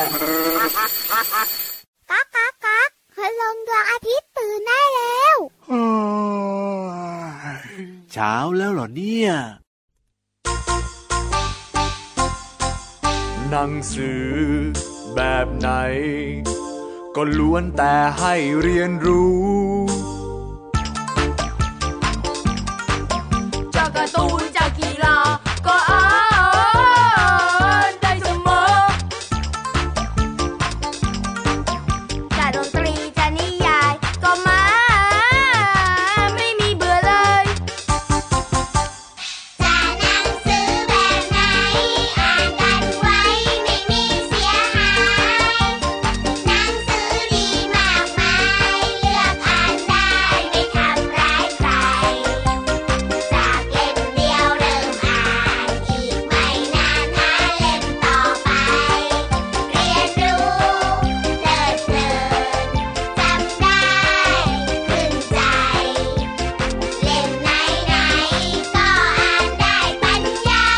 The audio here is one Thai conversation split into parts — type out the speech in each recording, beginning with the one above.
ก๊ากก๊ากก๊ากพลังดวงอาทิตย์ตื่นได้แล้วเช้าแล้วเหรอเนี่ยหนังสือแบบไหนก็ล้วนแต่ให้เรียนรู้จากการ์ตูนจากกีฬาก็อ่านได้เสมอจากดนตรีจากนิยายก็มาไม่มีเบื่อเลยจากหนังสือแบบไหนอ่านกันไว้ไม่มีเสียหายหนังสือดีมากมายเลือกอ่านได้ไม่ทำร้ายใครจากเล่มเดียวเริ่มอ่านอีกไม่นานหาเล่มต่อไปเรียนรู้เพลิดเพลินจำได้ขึ้นใจเล่มไหนก็อ่านได้ปัญญา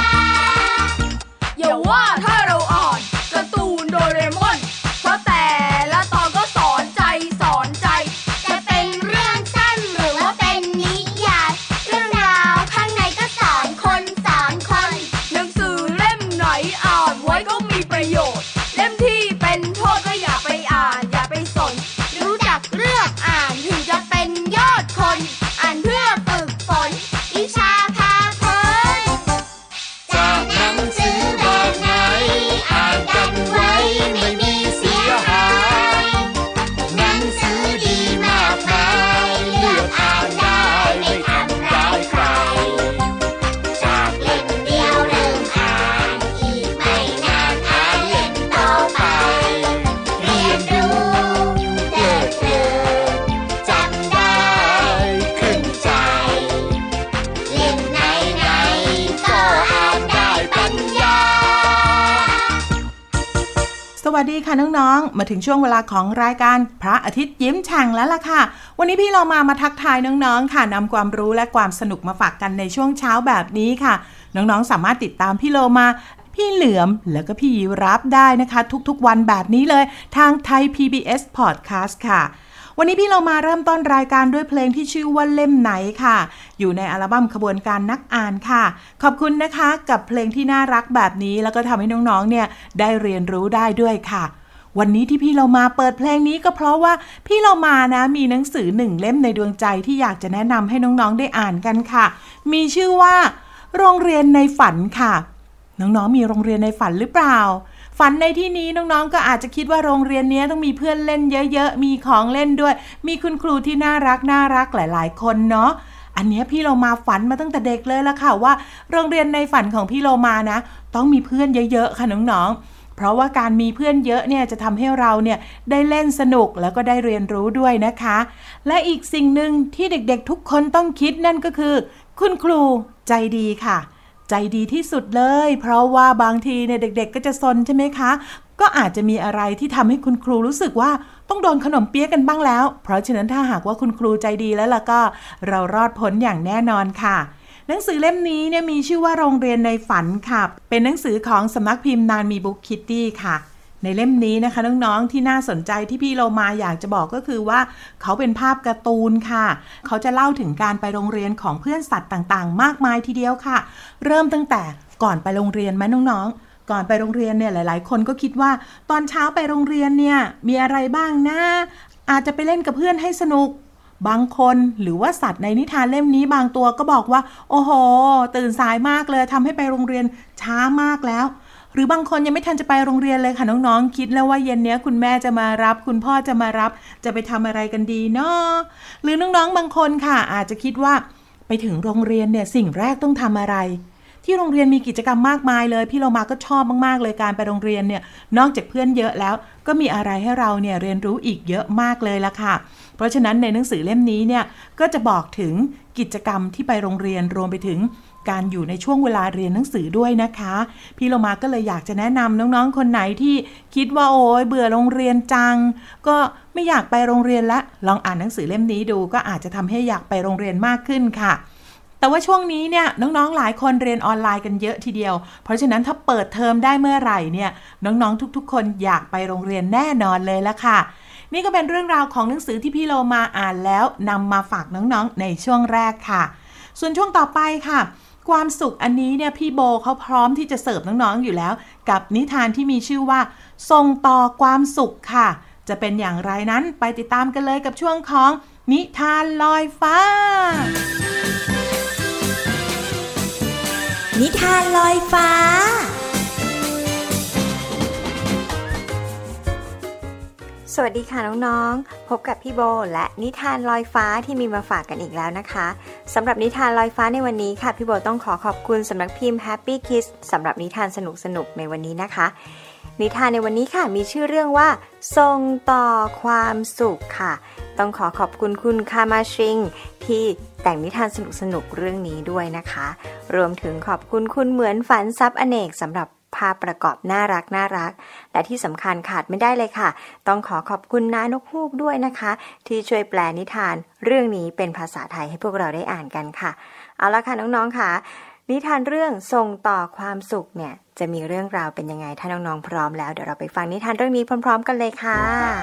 อย่าว่าถ้าเราอ่านการ์ตูนโดเรมอนเพราะแต่ละตอนก็สอนใจจะเป็นเรื่องสั้นหรือว่าเป็นนิยายเรื่องราวข้างในก็สอนคนหนังสือเล่มไหนอ่านไว้ก็มีประโยชน์เล่มที่เป็นโทษก็อย่าไปอ่านอย่าไปสนรู้จักเลือกอ่านถึงจะเป็นยอดคนอ่านเพื่อฝึกฝนวิชาพาเพลินจากหนังสือแบบไหนอ่านกันไว้ไม่มีเสียหายหนังสือดีมากมายเลือกอ่านได้ไม่ทำร้ายใครจากเล่มเดียวเริ่มอ่านอีกไม่นานอ่านเล่มต่อไปเรียนรู้เพลิดเพลินจำได้ขึ้นใจเล่มไหนก็อ่านได้ปัญญาสวัสดีค่ะน้องๆมาถึงช่วงเวลาของรายการพระอาทิตย์ยิ้มแฉ่งแล้วล่ะค่ะวันนี้พี่เรามาทักทายน้องๆค่ะนำความรู้และความสนุกมาฝากกันในช่วงเช้าแบบนี้ค่ะน้องๆสามารถติดตามพี่โลมาพี่เหลือมแล้วก็พี่ยีรับได้นะคะทุกๆวันแบบนี้เลยทางไทย PBS Podcast ค่ะวันนี้พี่เรามาเริ่มต้นรายการด้วยเพลงที่ชื่อว่าเล่มไหนค่ะอยู่ในอัลบั้มขบวนการนักอ่านค่ะขอบคุณนะคะกับเพลงที่น่ารักแบบนี้แล้วก็ทำให้น้องๆเนี่ยได้เรียนรู้ได้ด้วยค่ะวันนี้ที่พี่เรามาเปิดเพลงนี้ก็เพราะว่าพี่เรามานะมีหนังสือ1เล่มในดวงใจที่อยากจะแนะนำให้น้องๆได้อ่านกันค่ะมีชื่อว่าโรงเรียนในฝันค่ะน้องๆมีโรงเรียนในฝันหรือเปล่าฝันในที่นี้น้องๆก็อาจจะคิดว่าโรงเรียนนี้ต้องมีเพื่อนเล่นเยอะๆมีของเล่นด้วยมีคุณครูที่น่ารักหลายๆคนเนาะอันนี้พี่เรามาฝันมาตั้งแต่เด็กเลยละค่ะว่าโรงเรียนในฝันของพี่เรามานะต้องมีเพื่อนเยอะๆค่ะน้องๆเพราะว่าการมีเพื่อนเยอะเนี่ยจะทำให้เราเนี่ยได้เล่นสนุกแล้วก็ได้เรียนรู้ด้วยนะคะและอีกสิ่งหนึ่งที่เด็กๆทุกคนต้องคิดนั่นก็คือคุณครูใจดีค่ะใจดีที่สุดเลยเพราะว่าบางทีเนี่ยเด็กๆก็จะซนใช่ไหมคะก็อาจจะมีอะไรที่ทำให้คุณครูรู้สึกว่าต้องโดนขนมเปี๊ยะกันบ้างแล้วเพราะฉะนั้นถ้าหากว่าคุณครูใจดีแล้วล่ะก็เรารอดพ้นอย่างแน่นอนค่ะหนังสือเล่มนี้เนี่ยมีชื่อว่าโรงเรียนในฝันค่ะเป็นหนังสือของสำนักพิมพ์นานมีบุ๊กคิตตี้ค่ะในเล่มนี้นะคะน้องๆที่น่าสนใจที่พี่โลมาอยากจะบอกก็คือว่าเขาเป็นภาพการ์ตูนค่ะเขาจะเล่าถึงการไปโรงเรียนของเพื่อนสัตว์ต่างๆมากมายทีเดียวค่ะเริ่มตั้งแต่ก่อนไปโรงเรียนไหมน้องๆก่อนไปโรงเรียนเนี่ยหลายๆคนก็คิดว่าตอนเช้าไปโรงเรียนเนี่ยมีอะไรบ้างนะอาจจะไปเล่นกับเพื่อนให้สนุกบางคนหรือว่าสัตว์ในนิทานเล่มนี้บางตัวก็บอกว่าโอ้โหตื่นสายมากเลยทำให้ไปโรงเรียนช้ามากแล้วหรือบางคนยังไม่ทันจะไปโรงเรียนเลยค่ะน้องๆคิดแล้วว่าเย็นนี้คุณแม่จะมารับคุณพ่อจะมารับจะไปทำอะไรกันดีเนาะหรือน้องๆบางคนค่ะอาจจะคิดว่าไปถึงโรงเรียนเนี่ยสิ่งแรกต้องทำอะไรที่โรงเรียนมีกิจกรรมมากมายเลยพี่เรามาก็ชอบมากๆเลยการไปโรงเรียนเนี่ยนอกจากเพื่อนเยอะแล้วก็มีอะไรให้เราเนี่ยเรียนรู้อีกเยอะมากเลยละค่ะเพราะฉะนั้นในหนังสือเล่มนี้เนี่ยก็จะบอกถึงกิจกรรมที่ไปโรงเรียนรวมไปถึงการอยู่ในช่วงเวลาเรียนหนังสือด้วยนะคะพี่เรามาก็เลยอยากจะแนะนำน้องๆคนไหนที่คิดว่าโอ๊ยเบื่อโรงเรียนจังก็ไม่อยากไปโรงเรียนละลองอ่านหนังสือเล่มนี้ดูก็อาจจะทำให้อยากไปโรงเรียนมากขึ้นค่ะแต่ว่าช่วงนี้เนี่ยน้องๆหลายคนเรียนออนไลน์กันเยอะทีเดียวเพราะฉะนั้นถ้าเปิดเทอมได้เมื่อไหร่เนี่ยน้องๆทุกๆคนอยากไปโรงเรียนแน่นอนเลยละค่ะนี่ก็เป็นเรื่องราวของหนังสือที่พี่โลมาอ่านแล้วนำมาฝากน้องๆในช่วงแรกค่ะส่วนช่วงต่อไปค่ะความสุขอันนี้เนี่ยพี่โบเขาพร้อมที่จะเสิร์ฟน้องๆอยู่แล้วกับนิทานที่มีชื่อว่าส่งต่อความสุขค่ะจะเป็นอย่างไรนั้นไปติดตามกันเลยกับช่วงของนิทานลอยฟ้านิทานลอยฟ้าสวัสดีค่ะน้องๆพบกับพี่โบและนิทานลอยฟ้าที่มีมาฝากกันอีกแล้วนะคะสำหรับนิทานลอยฟ้าในวันนี้ค่ะพี่โบต้องขอบคุณสำนักพิมพ์ Happy Kids สำหรับนิทานสนุกๆในวันนี้นะคะนิทานในวันนี้ค่ะมีชื่อเรื่องว่าส่งต่อความสุขค่ะต้องขอบคุณคุณคามาชิงที่แต่งนิทานสนุกๆเรื่องนี้ด้วยนะคะรวมถึงขอบคุณคุณเหมือนฝันทรัพย์อเนกสำหรับภาพประกอบน่ารักและที่สำคัญขาดไม่ได้เลยค่ะต้องขอบคุณน้านกฮูกด้วยนะคะที่ช่วยแปลนิทานเรื่องนี้เป็นภาษาไทยให้พวกเราได้อ่านกันค่ะเอาละค่ะน้องๆค่ะนิทานเรื่องส่งต่อความสุขเนี่ยจะมีเรื่องราวเป็นยังไงถ้าน้องๆพร้อมแล้วเดี๋ยวเราไปฟังนิทานเรื่องนี้พร้อมๆกันเลยค่ะ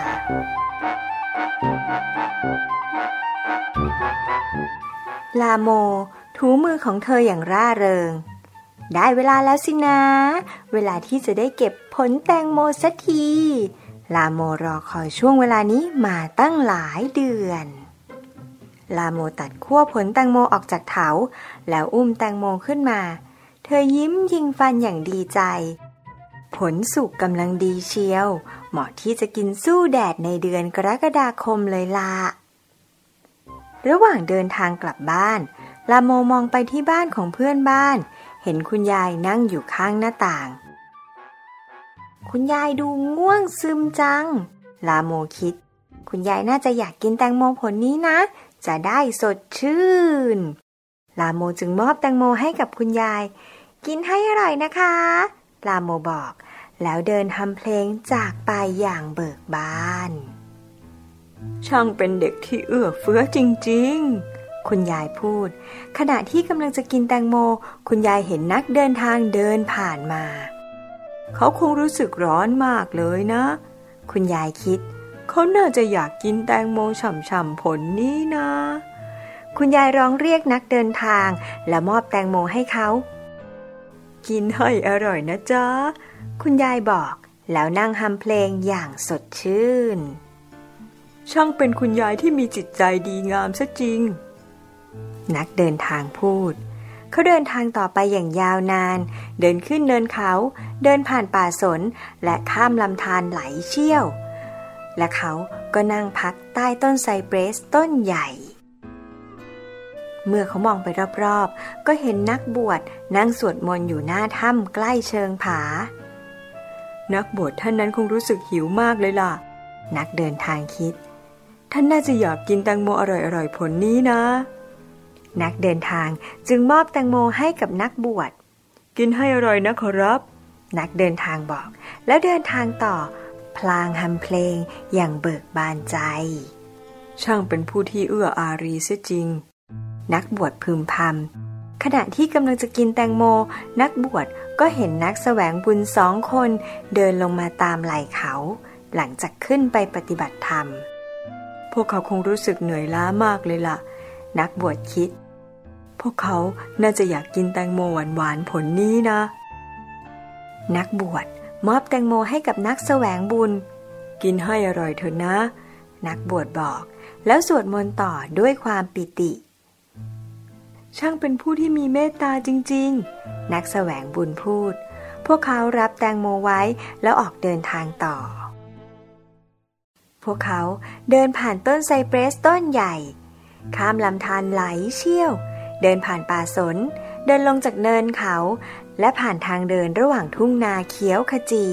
ลาโมถูมือของเธออย่างร่าเริงได้เวลาแล้วสินะเวลาที่จะได้เก็บผลแตงโมสักทีลาโมรอคอยช่วงเวลานี้มาตั้งหลายเดือนลาโมตัดขั้วผลแตงโมออกจากเถาแล้วอุ้มแตงโมขึ้นมาเธอยิ้มยิงฟันอย่างดีใจผลสุกกำลังดีเชียวเหมาะที่จะกินสู้แดดในเดือนกรกฎาคมเลยล่ะระหว่างเดินทางกลับบ้านลาโมมองไปที่บ้านของเพื่อนบ้านเห็นคุณยายนั่งอยู่ข้างหน้าต่างคุณยายดูง่วงซึมจังลาโมคิดคุณยายน่าจะอยากกินแตงโมผลนี้นะจะได้สดชื่นลาโมจึงมอบแตงโมให้กับคุณยายกินให้อร่อยนะคะลาโมบอกแล้วเดินทำเพลงจากไปอย่างเบิกบานช่างเป็นเด็กที่เอื้อเฟื้อจริงๆคุณยายพูดขณะที่กำลังจะกินแตงโมคุณยายเห็นนักเดินทางเดินผ่านมาเขาคงรู้สึกร้อนมากเลยนะคุณยายคิดเขาน่าจะอยากกินแตงโมฉ่ำๆผลนี้นะคุณยายร้องเรียกนักเดินทางและมอบแตงโมให้เขากินให้อร่อยนะจ๊ะคุณยายบอกแล้วนั่งฮัมเพลงอย่างสดชื่นช่างเป็นคุณยายที่มีจิตใจดีงามซะจริงนักเดินทางพูดเขาเดินทางต่อไปอย่างยาวนานเดินขึ้นเนินเขาเดินผ่านป่าสนและข้ามลำธารไหลเชี่ยวและเขาก็นั่งพักใต้ต้นไซเปรสต้นใหญ่เมื่อเขามองไปรอบๆก็เห็นนักบวชนั่งสวดมนต์อยู่หน้าถ้ำใกล้เชิงผานักบวชท่านนั้นคงรู้สึกหิวมากเลยล่ะนักเดินทางคิดท่านน่าจะอยากกินแตงโมอร่อยๆผลนี้นะนักเดินทางจึงมอบแตงโมให้กับนักบวชกินให้อร่อยนะขอรับนักเดินทางบอกแล้วเดินทางต่อพลางฮัมเพลงอย่างเบิกบานใจช่างเป็นผู้ที่เอื้ออารีเสียจริงนักบวชพึมพำขณะที่กำลังจะกินแตงโมนักบวชก็เห็นนักแสวงบุญ2 คนเดินลงมาตามไหล่เขาหลังจากขึ้นไปปฏิบัติธรรมพวกเขาคงรู้สึกเหนื่อยล้ามากเลยล่ะนักบวชคิดพวกเขาน่าจะอยากกินแตงโมหวานๆผลนี้นะนักบวชมอบแตงโมให้กับนักแสวงบุญกินให้อร่อยเถอะนะนักบวชบอกแล้วสวดมนต์ต่อด้วยความปิติช่างเป็นผู้ที่มีเมตตาจริงๆนักแสวงบุญพูดพวกเขารับแตงโมไว้แล้วออกเดินทางต่อพวกเขาเดินผ่านต้นไซเปรสต้นใหญ่ข้ามลำธารไหลเชี่ยวเดินผ่านป่าสนเดินลงจากเนินเขาและผ่านทางเดินระหว่างทุ่งนาเขียวขจี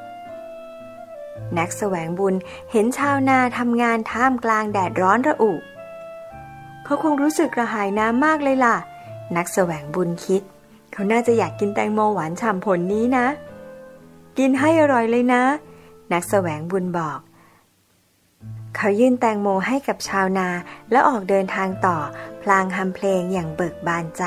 นักแสวงบุญเห็นชาวนาทำงานท่ามกลางแดดร้อนระอุเขาคงรู้สึกกระหายน้ำมากเลยล่ะนักแสวงบุญคิดเขาน่าจะอยากกินแตงโมหวานฉ่ำผลนี้นะกินให้อร่อยเลยนะนักแสวงบุญบอกเขายื่นแตงโมให้กับชาวนาแล้วออกเดินทางต่อพลางฮัมเพลงอย่างเบิกบานใจ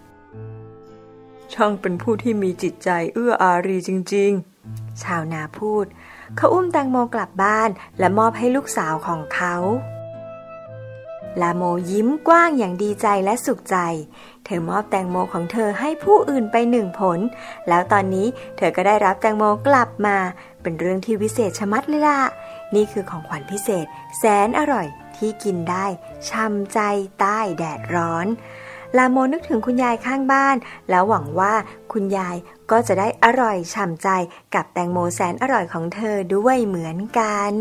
ช่างเป็นผู้ที่มีจิตใจเอื้ออารีจริงๆชาวนาพูดเขาอุ้มแตงโมกลับบ้านและมอบให้ลูกสาวของเขาลาโมยิ้มกว้างอย่างดีใจและสุขใจเธอมอบแตงโมของเธอให้ผู้อื่นไป1 ผลแล้วตอนนี้เธอก็ได้รับแตงโมกลับมาเป็นเรื่องที่วิเศษชะมัดเลยล่ะนี่คือของขวัญพิเศษแสนอร่อยที่กินได้ช่ำใจใต้แดดร้อนลาโมนึกถึงคุณยายข้างบ้านแล้วหวังว่าคุณยายก็จะได้อร่อยฉ่ำใจกับแตงโมแสนอร่อยของเธอด้วยเหมือนกัน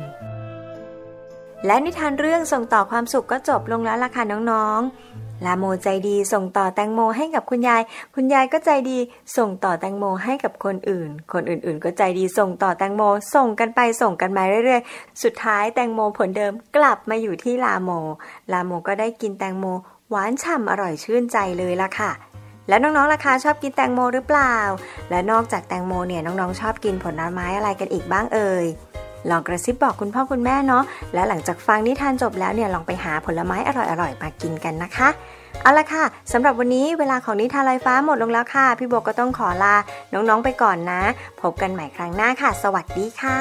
และนิทานเรื่องส่งต่อความสุขก็จบลงแล้วล่ะค่ะน้องๆลาโมใจดีส่งต่อแตงโมให้กับคุณยายคุณยายก็ใจดีส่งต่อแตงโมให้กับคนอื่นคนอื่นๆก็ใจดีส่งต่อแตงโมส่งกันไปส่งกันมาเรื่อยๆสุดท้ายแตงโมผลเดิมกลับมาอยู่ที่ลาโมก็ได้กินแตงโมหวานฉ่ำอร่อยชื่นใจเลยล่ะค่ะแล้วน้องๆล่ะคะชอบกินแตงโมหรือเปล่าและนอกจากแตงโมเนี่ยน้องๆชอบกินผลไม้อะไรกันอีกบ้างเอ่ยลองกระซิบบอกคุณพ่อคุณแม่เนาะแล้วหลังจากฟังนิทานจบแล้วเนี่ยลองไปหาผลไม้อร่อยๆมากินกันนะคะเอาล่ะค่ะสำหรับวันนี้เวลาของนิทานลอยฟ้าหมดลงแล้วค่ะพี่โบก็ต้องขอลาน้องๆไปก่อนนะพบกันใหม่ครั้งหน้าค่ะสวัสดีค่ะ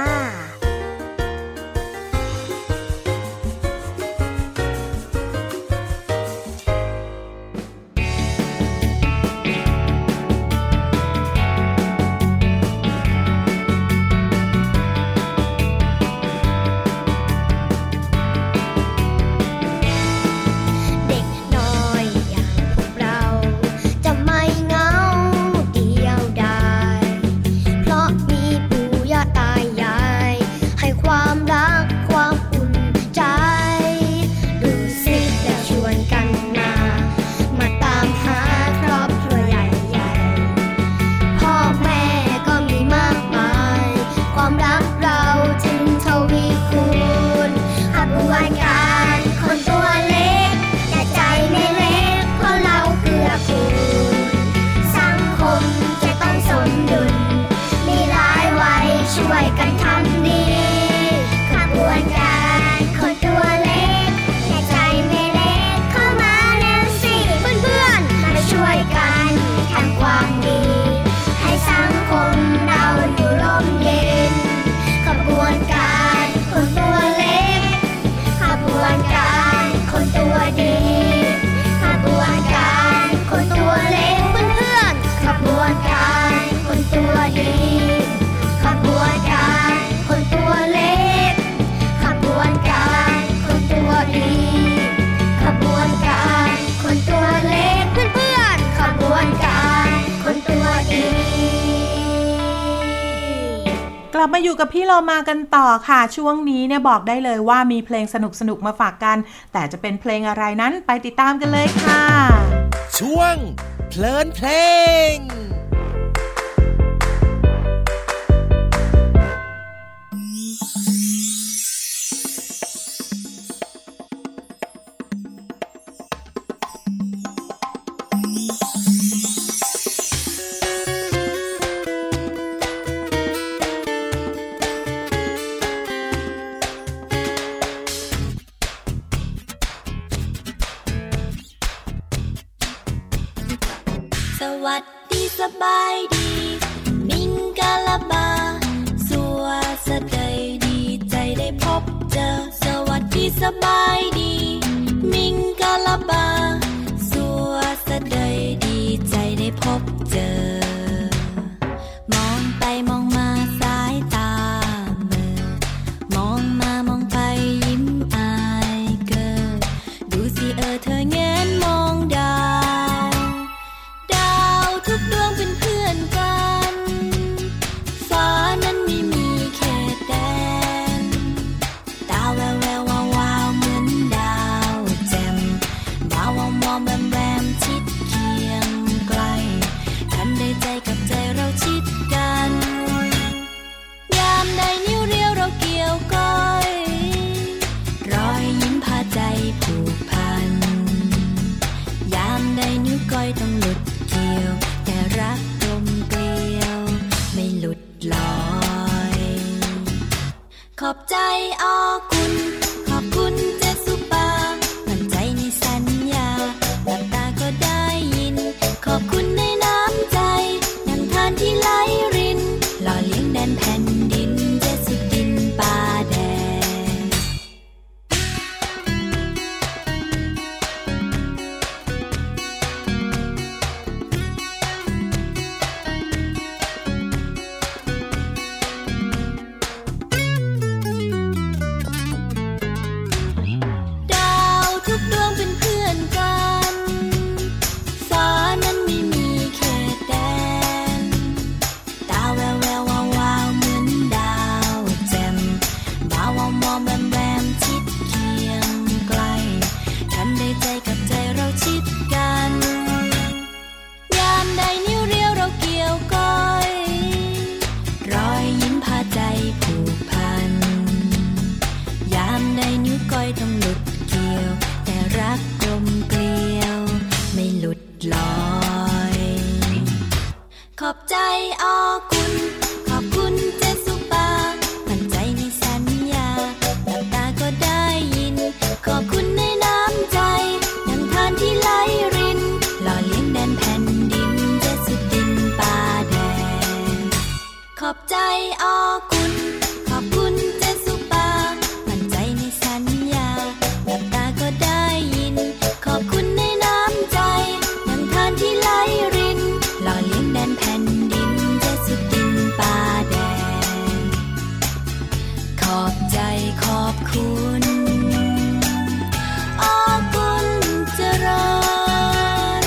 กลับมาอยู่กับพี่เรามากันต่อค่ะช่วงนี้เนี่ยบอกได้เลยว่ามีเพลงสนุกๆมาฝากกันแต่จะเป็นเพลงอะไรนั้นไปติดตามกันเลยค่ะช่วงเพลินเพลงสบายดีมิงกะลาบาสัวสะใดดีใจได้พบเจอสวัสดีสบายดีมิงกะลาบาสัวสะใดดีใจได้พบเจอมองไปมองมาสายตาเมื่อมองมามองไปยิ้มอายเกิดดูสิเธอแงนมองดาวทุกดวงเป็นเพื่อนกันฟ้านั้นไม่มีเขตแดนตาแววแวววาวเหมือนดาวแจ่มดาวมองแวมแวมชิดเคียงไกลกันได้ใจกับใจเราชิดกันยามใดนิ้วเรียวเราเกี่ยวก้อยรอยยิ้มพาใจผูกพันยามใดนิ้วก้อยต้องหลุดเกี่ยวแต่รักกลมเกลียวไม่หลุดลอยขอบใจออคุณใจผูกพันยามใดนิ้วก้อยต้องหลุดเกี่ยวแต่รักกลมเกลียวไม่หลุดลอยขอบใจออคุณขอบคุณเจสุปามั่นใจในสัญญาหลับตาก็ได้ยินขอบคุณในน้ำใจดังทานที่ไหลรินหล่อเลี้ยงแดนแผ่นดินเจสุดินป่าแดงขอบใจออคุณขอบคุณเจสุปามั่นใจในสัญญาหลับตาก็ได้ยินขอบคุณในน้ำใจดังทานที่ไหลรินหล่อเลี้ยงแดนแผ่นดินเจสุดินป่าแดงขอบใจขอบคุณออคุณเจริญ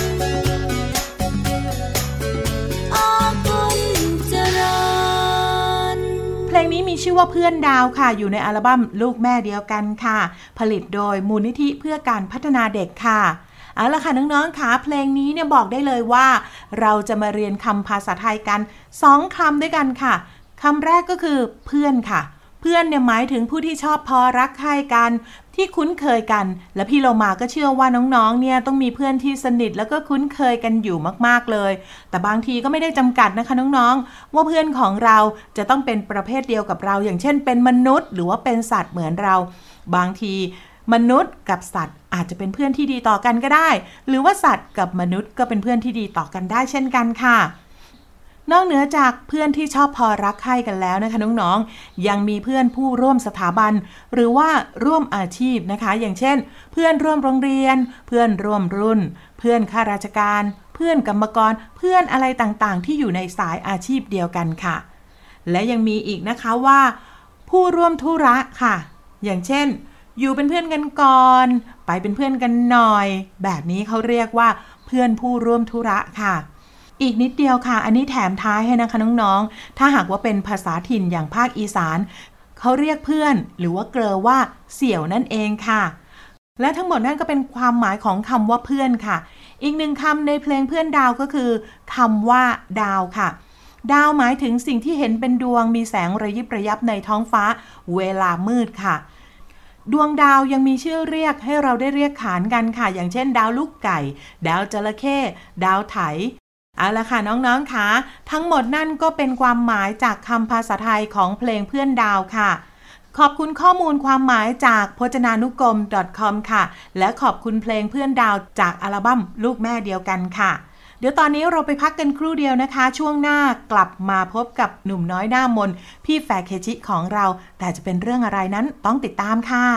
ออคุณเจริญเพลงนี้มีชื่อว่าเพื่อนดาวค่ะอยู่ในอัลบั้มลูกแม่เดียวกันค่ะผลิตโดยมูลนิธิเพื่อการพัฒนาเด็กค่ะเอาล่ะค่ะน้องๆค่ะเพลงนี้เนี่ยบอกได้เลยว่าเราจะมาเรียนคำภาษาไทยกัน2คำด้วยกันค่ะคำแรกก็คือเพื่อนค่ะเพื่อนเนี่ยหมายถึงผู้ที่ชอบพอรักใคร่กันที่คุ้นเคยกันและพี่โลมาก็เชื่อว่าน้องๆเนี่ยต้องมีเพื่อนที่สนิทแล้วก็คุ้นเคยกันอยู่มากๆเลยแต่บางทีก็ไม่ได้จำกัดนะคะน้องๆว่าเพื่อนของเราจะต้องเป็นประเภทเดียวกับเราอย่างเช่นเป็นมนุษย์หรือว่าเป็นสัตว์เหมือนเราบางทีมนุษย์กับสัตว์อาจจะเป็นเพื่อนที่ดีต่อกันก็ได้หรือว่าสัตว์กับมนุษย์ก็เป็นเพื่อนที่ดีต่อกันได้เช่นกันค่ะนอกเหนือจากเพื่อนที่ชอบพอรักใคร่กันแล้วนะคะน้องๆยังมีเพื่อนผู้ร่วมสถาบันหรือว่าร่วมอาชีพนะคะอย่างเช่นเพื่อนร่วมโรงเรียนเพื่อนร่วมรุ่นเพื่อนข้าราชการเพื่อนกรรมกรเพื่อนอะไรต่างๆที่อยู่ในสายอาชีพเดียวกันค่ะและยังมีอีกนะคะว่าผู้ร่วมธุระค่ะอย่างเช่นอยู่เป็นเพื่อนกันก่อนไปเป็นเพื่อนกันหน่อยแบบนี้เขาเรียกว่าเพื่อนผู้ร่วมธุระค่ะอีกนิดเดียวค่ะอันนี้แถมท้ายให้นะคะน้องๆถ้าหากว่าเป็นภาษาถิ่นอย่างภาคอีสานเขาเรียกเพื่อนหรือว่าเกลอว่าเสี่ยวนั่นเองค่ะและทั้งหมดนั่นก็เป็นความหมายของคำว่าเพื่อนค่ะอีกหนึ่งคำในเพลงเพื่อนดาวก็คือคำว่าดาวค่ะดาวหมายถึงสิ่งที่เห็นเป็นดวงมีแสงระยิบระยับในท้องฟ้าเวลามืดค่ะดวงดาวยังมีชื่อเรียกให้เราได้เรียกขานกันค่ะอย่างเช่นดาวลูกไก่ดาวจระเข้ดาวไถเอาล่ะค่ะน้องๆค่ะทั้งหมดนั่นก็เป็นความหมายจากคำภาษาไทยของเพลงเพื่อนดาวค่ะขอบคุณข้อมูลความหมายจากพจนานุกรม .com ค่ะและขอบคุณเพลงเพื่อนดาวจากอัลบั้มลูกแม่เดียวกันค่ะเดี๋ยวตอนนี้เราไปพักกันครู่เดียวนะคะช่วงหน้ากลับมาพบกับหนุ่มน้อยหน้ามนพี่แฝกเคจิของเราแต่จะเป็นเรื่องอะไรนั้นต้องติดตามค่ะ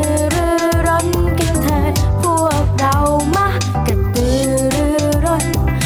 กระตือรือร้น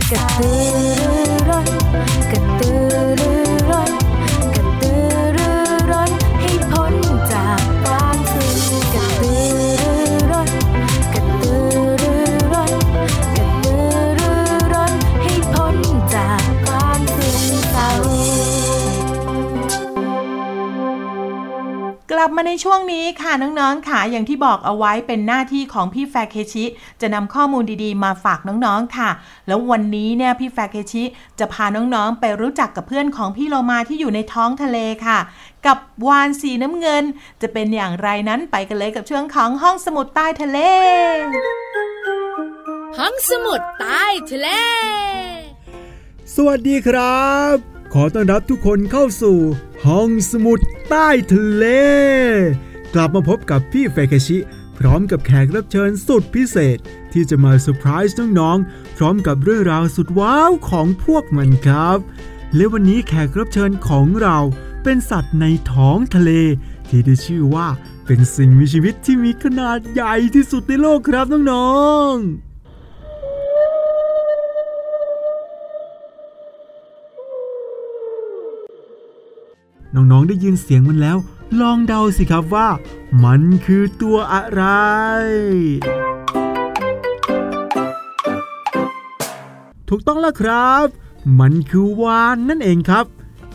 กระตือรือร้นกระตือรือร้นกระตือรือร้นให้พ้นจากความทุกข์กระตือรือร้นกระตือรือร้นกระตือรือร้นให้พ้นจากความทุกข์เศร้ากลับมาในช่วงนี้ค่ะน้องๆค่ะอย่างที่บอกเอาไว้เป็นหน้าที่ของพี่แฟร์เคชิจะนำข้อมูลดีๆมาฝากน้องๆค่ะแล้ววันนี้เนี่ยพี่แฟร์เคชิจะพาน้องๆไปรู้จักกับเพื่อนของพี่โลมาที่อยู่ในท้องทะเลค่ะกับวาฬสีน้ำเงินจะเป็นอย่างไรนั้นไปกันเลยกับช่วงของห้องสมุดใต้ทะเลห้องสมุดใต้ทะเลสวัสดีครับขอต้อนรับทุกคนเข้าสู่ห้องสมุดใต้ทะเลกลับมาพบกับพี่เฟเคชิพร้อมกับแขกรับเชิญสุดพิเศษที่จะมาเซอร์ไพรส์น้องๆพร้อมกับเรื่องราวสุดว้าวของพวกมันครับและวันนี้แขกรับเชิญของเราเป็นสัตว์ในท้องทะเลที่ได้ชื่อว่าเป็นสิ่งมีชีวิตที่มีขนาดใหญ่ที่สุดในโลกครับน้องๆน้องๆได้ยินเสียงมันแล้วลองเดาสิครับว่ามันคือตัวอะไรถูกต้องแล้วครับมันคือวาฬนั่นเองครับ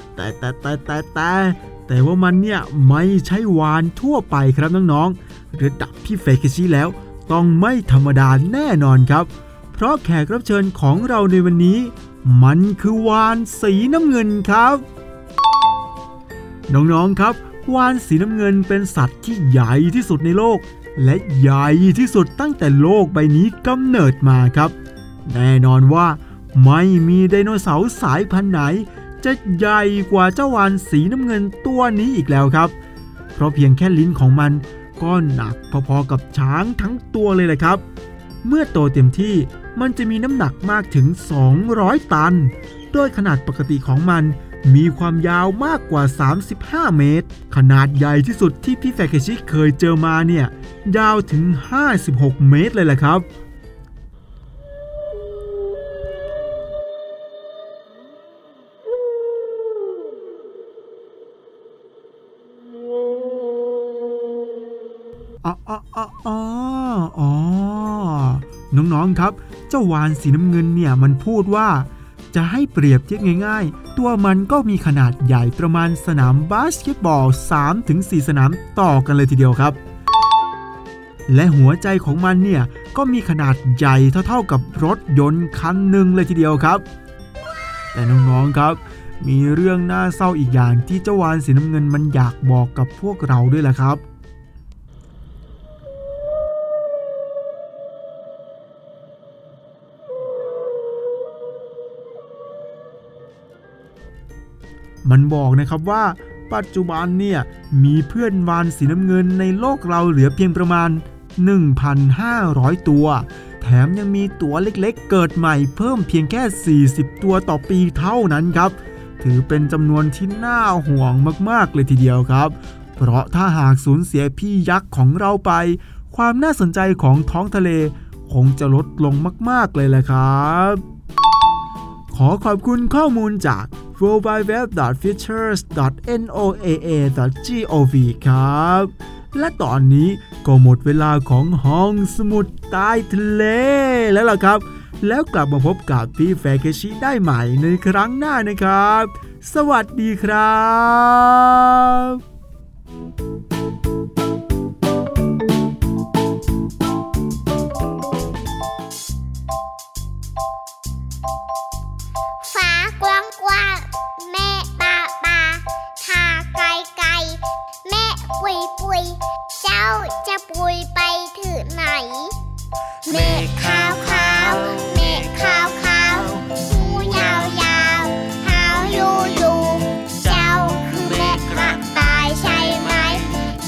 แต่ว่ามันเนี่ยไม่ใช่วาฬทั่วไปครับน้องๆระดับพี่เฟเคชิแล้วต้องไม่ธรรมดาแน่นอนครับเพราะแขกรับเชิญของเราในวันนี้มันคือวาฬสีน้ำเงินครับน้องๆครับวาฬสีน้ำเงินเป็นสัตว์ที่ใหญ่ที่สุดในโลกและใหญ่ที่สุดตั้งแต่โลกใบนี้กำเนิดมาครับแน่นอนว่าไม่มีไดโนเสาร์สายพันธุ์ไหนจะใหญ่กว่าเจ้าวาฬสีน้ำเงินตัวนี้อีกแล้วครับเพราะเพียงแค่ลิ้นของมันก็หนักพอๆกับช้างทั้งตัวเลยแหละครับเมื่อโตเต็มที่มันจะมีน้ำหนักมากถึง200ตันโดยขนาดปกติของมันมีความยาวมากกว่า35เมตรขนาดใหญ่ที่สุดที่พี่แฟเคชิเคยเจอมาเนี่ยยาวถึง56เมตรเลยแหละครับน้องๆครับเจ้าวาฬสีน้ำเงินเนี่ยมันพูดว่าจะให้เปรียบเทียบง่ายๆตัวมันก็มีขนาดใหญ่ประมาณสนามบาสเกตบอล 3-4 สนามต่อกันเลยทีเดียวครับและหัวใจของมันเนี่ยก็มีขนาดใหญ่เท่ากับรถยนต์คันหนึ่งเลยทีเดียวครับแต่น้องๆครับมีเรื่องน่าเศร้าอีกอย่างที่เจ้าวาฬสีน้ำเงินมันอยากบอกกับพวกเราด้วยล่ะครับมันบอกนะครับว่าปัจจุบันเนี่ยมีเพื่อนวาฬสีน้ำเงินในโลกเราเหลือเพียงประมาณ 1,500 ตัวแถมยังมีตัวเล็กๆเกิดใหม่เพิ่มเพียงแค่40ตัวต่อปีเท่านั้นครับถือเป็นจำนวนที่น่าห่วงมากๆเลยทีเดียวครับเพราะถ้าหากสูญเสียพี่ยักษ์ของเราไปความน่าสนใจของท้องทะเลคงจะลดลงมากๆเลยแหละครับขอขอบคุณข้อมูลจากwww.features.noaa.gov ครับและตอนนี้ก็หมดเวลาของห้องสมุดใต้ทะเลแล้วล่ะครับแล้วกลับมาพบกับพี่แฟเคชิได้ใหม่ในครั้งหน้านะครับสวัสดีครับฟ้ากว้างกว้างแม่ปาปาทาไกลไกลแม่ปุยปุยเจ้าจะปุยไปถึงไหนเมฆขาวขาวเมฆขาวขาวหูยาวยาวหาวยูยูเจ้าคือแม่กระต่ายใช่ไหม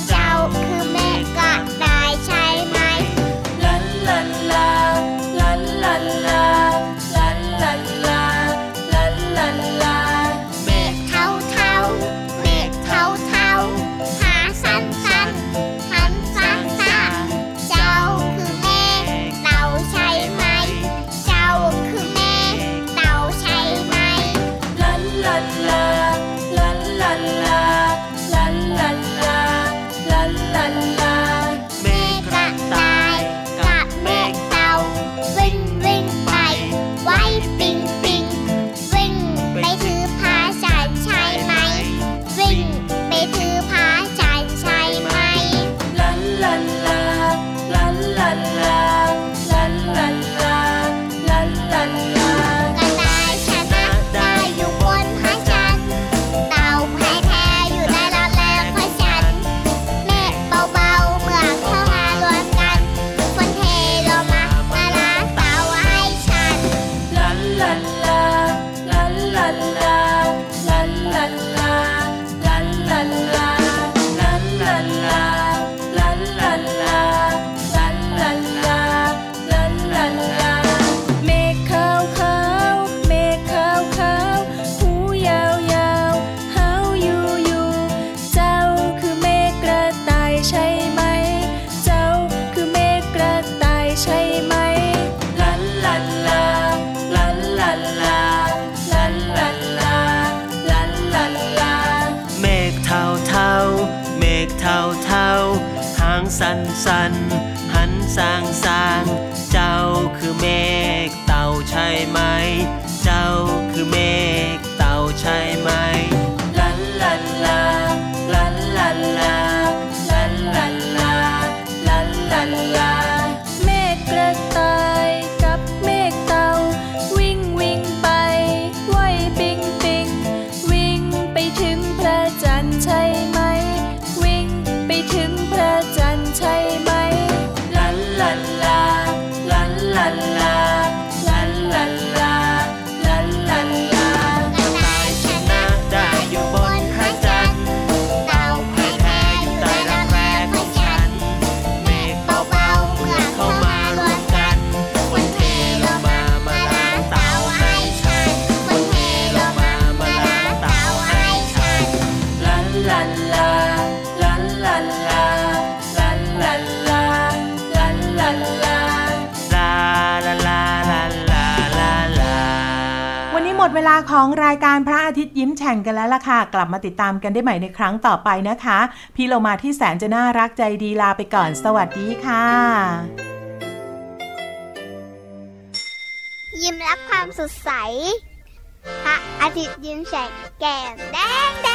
าลาลาลาลาลาลาลาเมฆเทาเทาเมฆเทาเทาหางสันสันหันสางสางเจ้าคือเมฆเต่าใช่ไหมเจ้าคือเมฆเต่าใช่ไหมลาลาลาลาลาลาลาลาลาลาลาลาเมฆกระต่ายกับเมฆเต่าวิ่งวิ่งไปว่ายปิงปิงวิ่งไปถึงพระจันทร์ใช่ไหมวิ่งไปถึงพระจันทร์ใช่ไหมลาลาลาลาลาลาลาลาลาลาลาลาตายชนะได้อยู่บนพระจันทร์เต่าแพ้อยู่ใต้รักแร้ของฉันเมฆเบาๆเมื่อเข้ามารวมกันวันเทลงมาล้างเต่าให้ฉันวันเทลงมาล้างเต่าให้ฉันลาลาลาลาลาลาลาลาลาลาลาลาลาลาลาลาลาลาวันนี้หมดเวลาของรายการพระอาทิตย์ยิ้มแฉ่งกันแล้วล่ะค่ะกลับมาติดตามกันได้ใหม่ในครั้งต่อไปนะคะพี่เรามาที่แสนจะน่ารักใจดีลาไปก่อนสวัสดีค่ะยิ้มรับความสดใสพระอาทิตย์ยิ้มแฉกแก้มแดง